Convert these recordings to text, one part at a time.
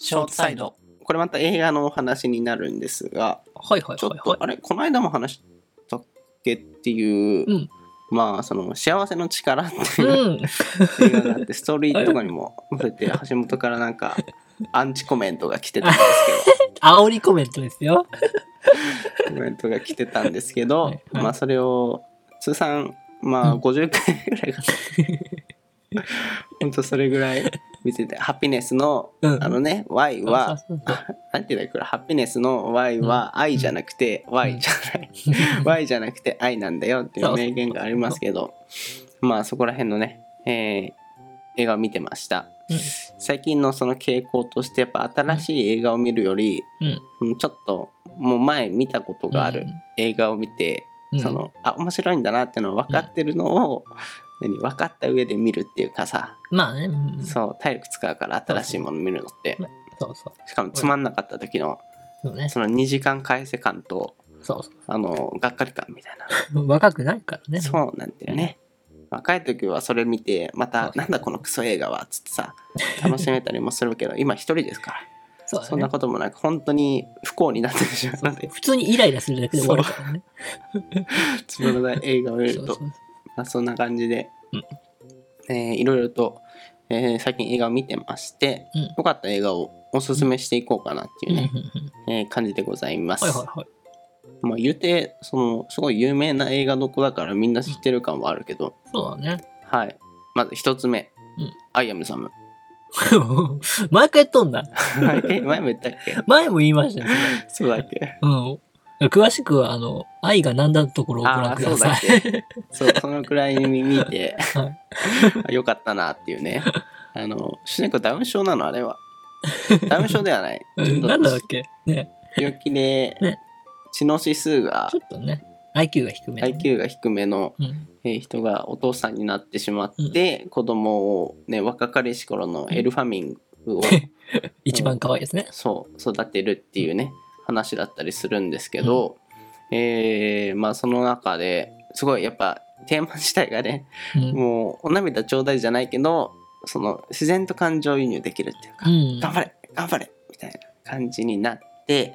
ショートサイド。これまた映画のお話になるんですが、 はいはいちょっとはいはい。 あれこの間も話したっけっていう、 うん。 まあその幸せの力ってう。 いうん映画があってストーリーとかにも載せて橋本からなんかアンチコメントが来てたんです煽りコメントですよ。 けどコメントが来てたんですけどはいはいまあそれを通算まあうん 50回ぐらいかなほんとそれぐらい見ててハピネスのうんあのね Y はそうそうそうなんていうんだこれハピネスの Y は愛じゃなくて Y じゃない Y じゃなくて愛なんだよっていう名言がありますけどまあそこら辺のね、映画を見てましたうん最近のその傾向としてやっぱ新しい映画を見るよりちょっともう前見たことがある映画を見てうんその面白いんだなっていうのを分かってるのを分かった上で見るっていうかさまあね、うんそう体力使うから新しいもの見るのってそうそうしかもつまんなかった時のそうね、 その2時間返せ感とそうそがっかり感みたいなう。若くないからね。 そうなんだよね若い時はそれ見てまたそうなんだこのクソ映画はっつってさ楽しめたりもするけど今一人ですからそうだねそんなこともなく本当に不幸になってしまうので普通にイライラするだけで終わるからね。 つまらない映画を見るとそうそうまあそんな感じでうんいろいろと最近映画を見てましてうん良かった映画をおすすめしていこうかなっていうねうんうん感じでございますはいはいはい。 まあ言うてそのすごい有名な映画どこだからみんな知ってる感はあるけどそうだね。 はいまず一つ目うんアイアムサム毎回やっとんだ。 前も言ったっけ前も言いましたね。 そうだっけうん。詳しくは、愛が何だったところをご覧ああそうだください。 っけそうそのくらいに見てはよかったなっていうね主人公ダウン症なのあれはダウン症ではないちょっとなんだっけね。 病気でね知能指数がちょっとね、IQ が低め、ね。 IQ が低めのうん。 人がお父さんになってしまって、子供をね若かりし頃のエルファミングを一番可愛いですね。 そう育てるっていうね話だったりするんですけど、まあその中ですごいやっぱテーマ自体がね、 うん。 もうお涙ちょうだいじゃないけどその自然と感情移入できるっていうか、 うん。 頑張れ頑張れみたいな感じになって、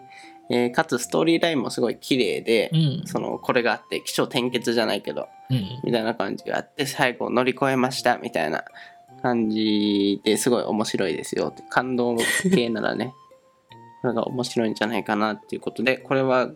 かつストーリーラインもすごい綺麗で、 うん。 そのこれがあって起承転結じゃないけどうん。 みたいな感じがあって最後乗り越えましたみたいな感じですごい面白いですよ感動系ならねこれが面白いんじゃないかなっていうことでこれは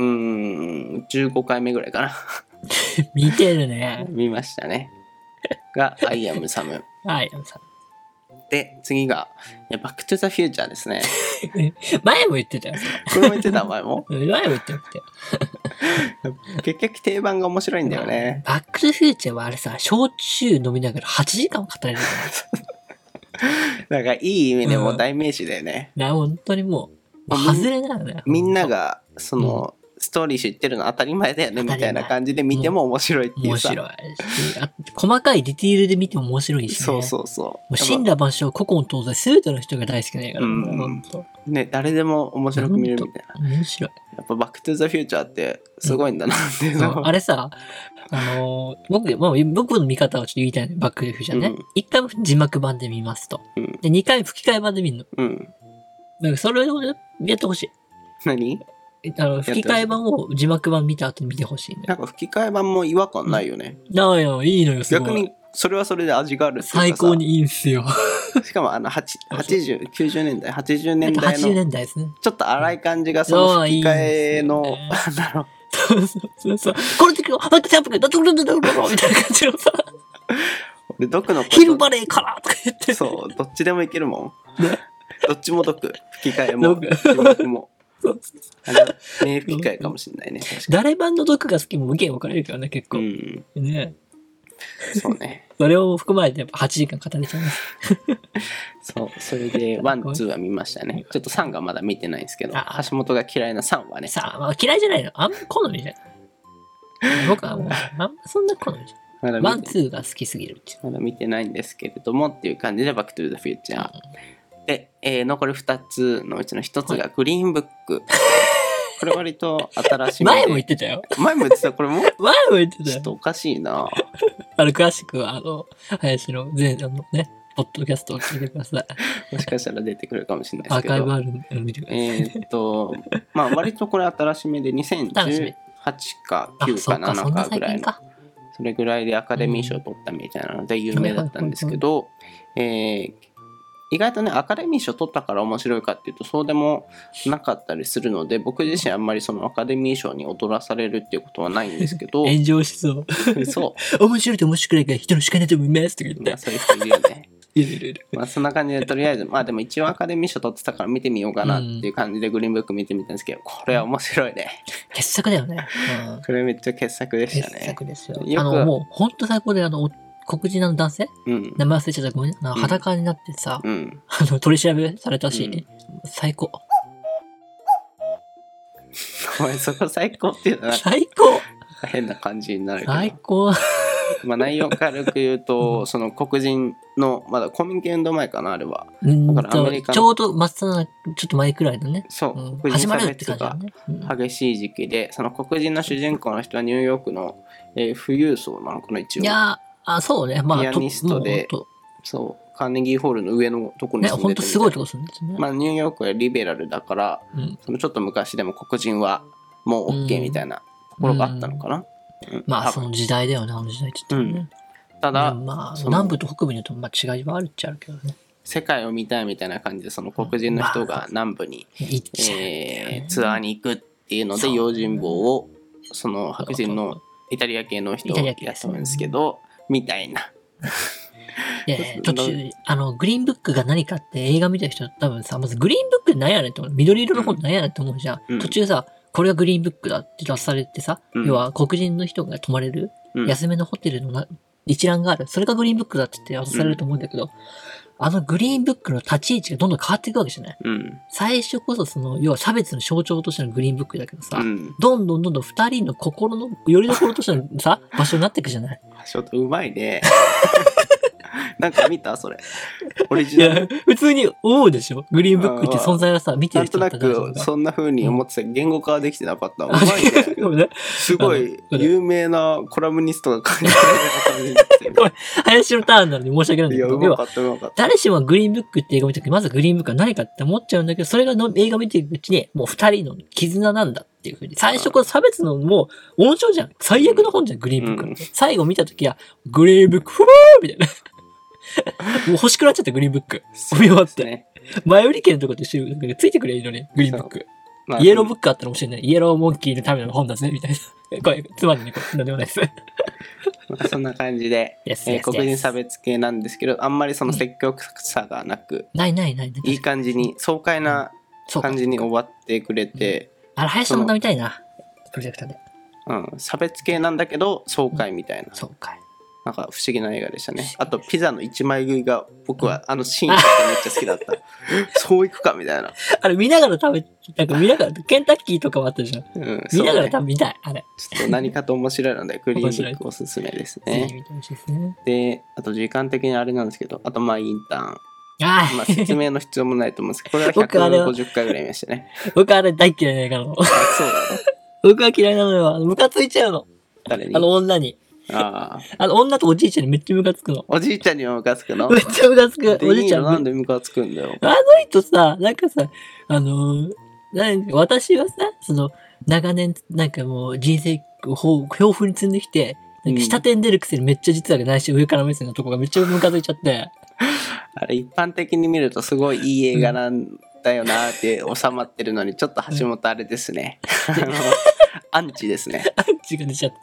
15回目ぐらいかな見てるね。 見ましたねが「アイアムサムはい。」 で次が「バック・トゥ・ザ・フューチャー」ですね前も言ってたよ。 これも言ってた前も前も言ってたよ。 結局定番が面白いんだよねバックトゥフューチャーはあれさ、焼酎飲みながら8時間も語れるかなんかいい意味でも代名詞だよね、 ら。本当にもう、外れなのね。 みんながその、ストーリー知ってるの当たり前だよねみたいな感じで見ても面白いっていうさ、 面白いし細かいディティールで見ても面白いしね。 そうそうそうもう死んだ場所、古今東西、すべての人が大好きな映画だから、 うん本当ね誰でも面白く見れるみたいな面白い。 やっぱバックトゥザフューチャーってすごいんだなっていうのを、 あれさ、僕の見方をちょっと言いたいね、バックトゥフューチャーね。 うん 1回目字幕版で見ますと。 うんで、2回目吹き替え版で見るの。 うんなんかそれをやってほしい。 何吹き替え版を字幕版見た後に見てほしいね。 なんか吹き替え版も違和感ないよね、 なあよ、いいのよ、すごい。 逆にそれはそれで味があるっていうかさ最高にいいんすよ。 しかも80、90年代80年代 80 の年代ですね。 ちょっと荒い感じがその吹き替えのそういいんですよねなんだろうそう。これで今日、あ、キャンプが、みたいな感じのさ、 俺毒の昼バレーからとか言って。 そうどっちでもいけるもんねどっちも毒吹き替えも毒字幕もそう名吹き替えかもしれないね確か誰版の毒が好きも意見分かれるからね、結構。 にね。 そうねそれを含まれてやっぱ8時間語れちゃいます。 そうそれでワンツーは見ましたねちょっと3がまだ見てないんですけどあ橋本が嫌いな3はねさあ、まあ、嫌いじゃないの。あんま好みじゃない。僕はもう、あんまそんな好みじゃない。ワン、 まだ見てツーが好きすぎるっていう。 まだ見てないんですけれどもっていう感じでバックトゥザフューチャーで、残り2つのうちの1つがグリーンブックこれ割と新しめで前も言ってたよ。 前も言ってたこれも前も言ってたよ。 ちょっとおかしいな詳しくは、林の前のね、 ポッドキャストを聞いてください。 もしかしたら出てくるかもしれないですけど。 アーカイブあるんで見てください。 まあ割とこれ新しめで新し 2018 めかあ、 9かそっか、そん 7 なかぐらいの最近か。 それぐらいでアカデミー賞を取ったみたいなので有名だったんですけど、意外とねアカデミー賞取ったから面白いかっていうとそうでもなかったりするので、僕自身あんまりそのアカデミー賞に踊らされるっていうことはないんですけど炎上しそう。 そ面白いと面白くないから人の主観だと思いますって言っう、まてあ、。そういう人いるよね。 いる。 まあそんな感じでとりあえずまあでも一応アカデミー賞取ってたから見てみようかなっていう感じでグリーンブック見てみたんですけど、これは面白いね。 傑作だよね。うん。 これめっちゃ傑作でした傑ね。 作ですよ。 よくもう、ほんと最高で、黒人の男性うん名前忘れちゃった。ごめんね。裸になってさ、 うん。 取り調べされたしね。最高。 お前そこ最高っていうのは最高変な感じになるけど。 最高。 まあ内容軽く言うと、その黒人のまだ公民権運動前かなあれは。 うんだからアメリカのちょうど真っ只中、ちょっと前くらいのね。 そう、 うん黒人始まるっ差別がて感じだね。うん激しい時期で、その黒人の主人公の人はニューヨークの、富裕層なのかな一応。 いやー、そうね。まあ、 ピアニストでもうそうカーネギーホールの上のところね、 に住ほんんでてみたいなとすごいとこ住んですね。 まあニューヨークはリベラルだから、 うんそのちょっと昔でも黒人はもう OK みたいなところがあったのかな。うんまあ、 多分その時代だよね、あの時代って言ってもね。 ただ、 まあ、 その南部と北部によってもまあ違いはあるっちゃあるけどね。 世界を見たいみたいな感じでその黒人の人が南部に、 いっちゃうねツアーに行くっていうので用心棒をその白人のイタリア系の人をやったんですけどみたいな。 いやいや途中、グリーンブックが何かって映画見た人多分さ、まずグリーンブックって何やねんって思う。緑色の本って何やねんって思うじゃん。 うん途中さ、これがグリーンブックだって出されてさ、 うん要は黒人の人が泊まれる、 うん安めのホテルの一覧がある。それがグリーンブックだって言って渡されると思うんだけど、あのグリーンブックの立ち位置がどんどん変わっていくわけじゃない。 うん最初こそ要は差別の象徴としてのグリーンブックだけどさ、 うんどんどん二人の心の、よりどころとしてのさ、場所になっていくじゃない。 ちょっとうまいね。なんか見たそれ。オリジいやナル。、 普通に思うでしょグリーンブックって存在はさ、見てるなんとな人だったらくそんな風に思ってた言語化はできてなかった。うまいね。 ごめんね。 すごいあの有名なコラムニストが書いてるような感じになってる林のターンなのに申し訳ないんだいや、 けど、要はうまかった、うまかった。 誰しもグリーンブックって映画を見た時、まずグリーンブックは何かって思っちゃうんだけど、それが映画を見ていくうちに、もう二人の絆なんだっていうふうに、最初この差別のもう、温床じゃん。最悪の本じゃん、グリーンブックなんて。最後見た時は、グリーンブック、ふーみたいな。もう欲しくなっちゃった、グリーンブック。見終わって。 ね。 前売り券とかと一緒についてくれいいのに、グリーンブック。 まあイエローブックあったら教えない。イエローモンキーのための本だぜ、みたいな。これ、つまりね、これ、なんでもないです。 まあそんな感じで、 Yes, yes, 黒人差別系なんですけど、あんまりその積極さがなく、 ない。 いい感じに爽快なそうか感じに終わってくれて、 あれ、林さんも見たいな。プロジェクターで。 差別系なんだけど爽快みたいな、 そうかい。 なんか不思議な映画でしたね。あとピザの一枚食いが僕はあのシーンがめっちゃ好きだったそういくかみたいな、 あれ見ながら見ながら、ケンタッキーとかもあったじゃん。見ながらそうね見たい、あれ。 ちょっと何かと面白いのでグリーンブックおすすめですね。 ぜひ見てほしいですね。 であと時間的にあれなんですけど、あとまあインターン、 あまあ、説明の必要もないと思うんですけど、これは僕あれは 150回ぐらい見ましたね。 僕あれ大嫌いな映画なの。 あそうだろ僕は嫌いなのよ。ムカついちゃうの。 誰に女に。 ああ女とおじいちゃんにめっちゃムカつくの。 おじいちゃんにもムカつくのめっちゃムカつく。 でおじいちゃん。 いいのなんでムカつくんだよ。 あの人さ、なんかさ、私はさ、長年、なんかもう人生を豊富に積んできて、なんか下手に出るくせにめっちゃ実はないし、上から目線のとこがめっちゃムカついちゃって。 あれ一般的に見るとすごいいい映画なんだよなって収まってるのに、ちょっと橋本あれですね。アンチですね。 アンチが出ちゃった。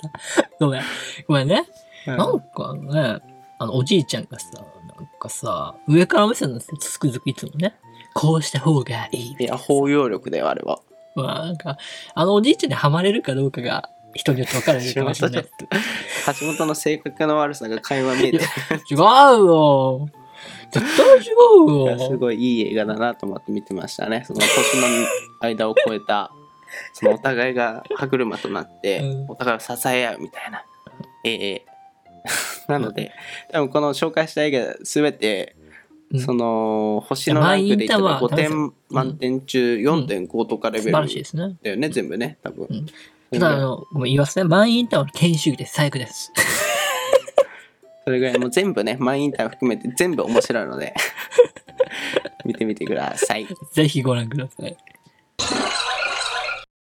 ごめんね。 うんなんかね、おじいちゃんがさ、なんかさ、上から目線なんですよ、つくづくいつもね。こうした方がいい。 いや包容力だよあれは。 まあ、なんか、おじいちゃんにハマれるかどうかが人によって分かれるかもしれない。 橋本の性格の悪さが垣間見えてる。 違うよ。絶対違ういやすよ。 ごいいい映画だなと思って見てましたね。その年の間を超えた、そのお互いが歯車となって、 うんお互いを支え合うみたいな。なので、多分この紹介した映画すべて、 うんその星のランクで言ったら5 満点は点満点中4.5とかレベル素晴らしいですね。 だよね、全部ね、多分。 うんただ、ごめん言いますね。満員タワーの研修医です。最悪です。 そそれぐらいもう全部ね、マンインター含めて全部面白いので見てみてください。 ぜひご覧ください。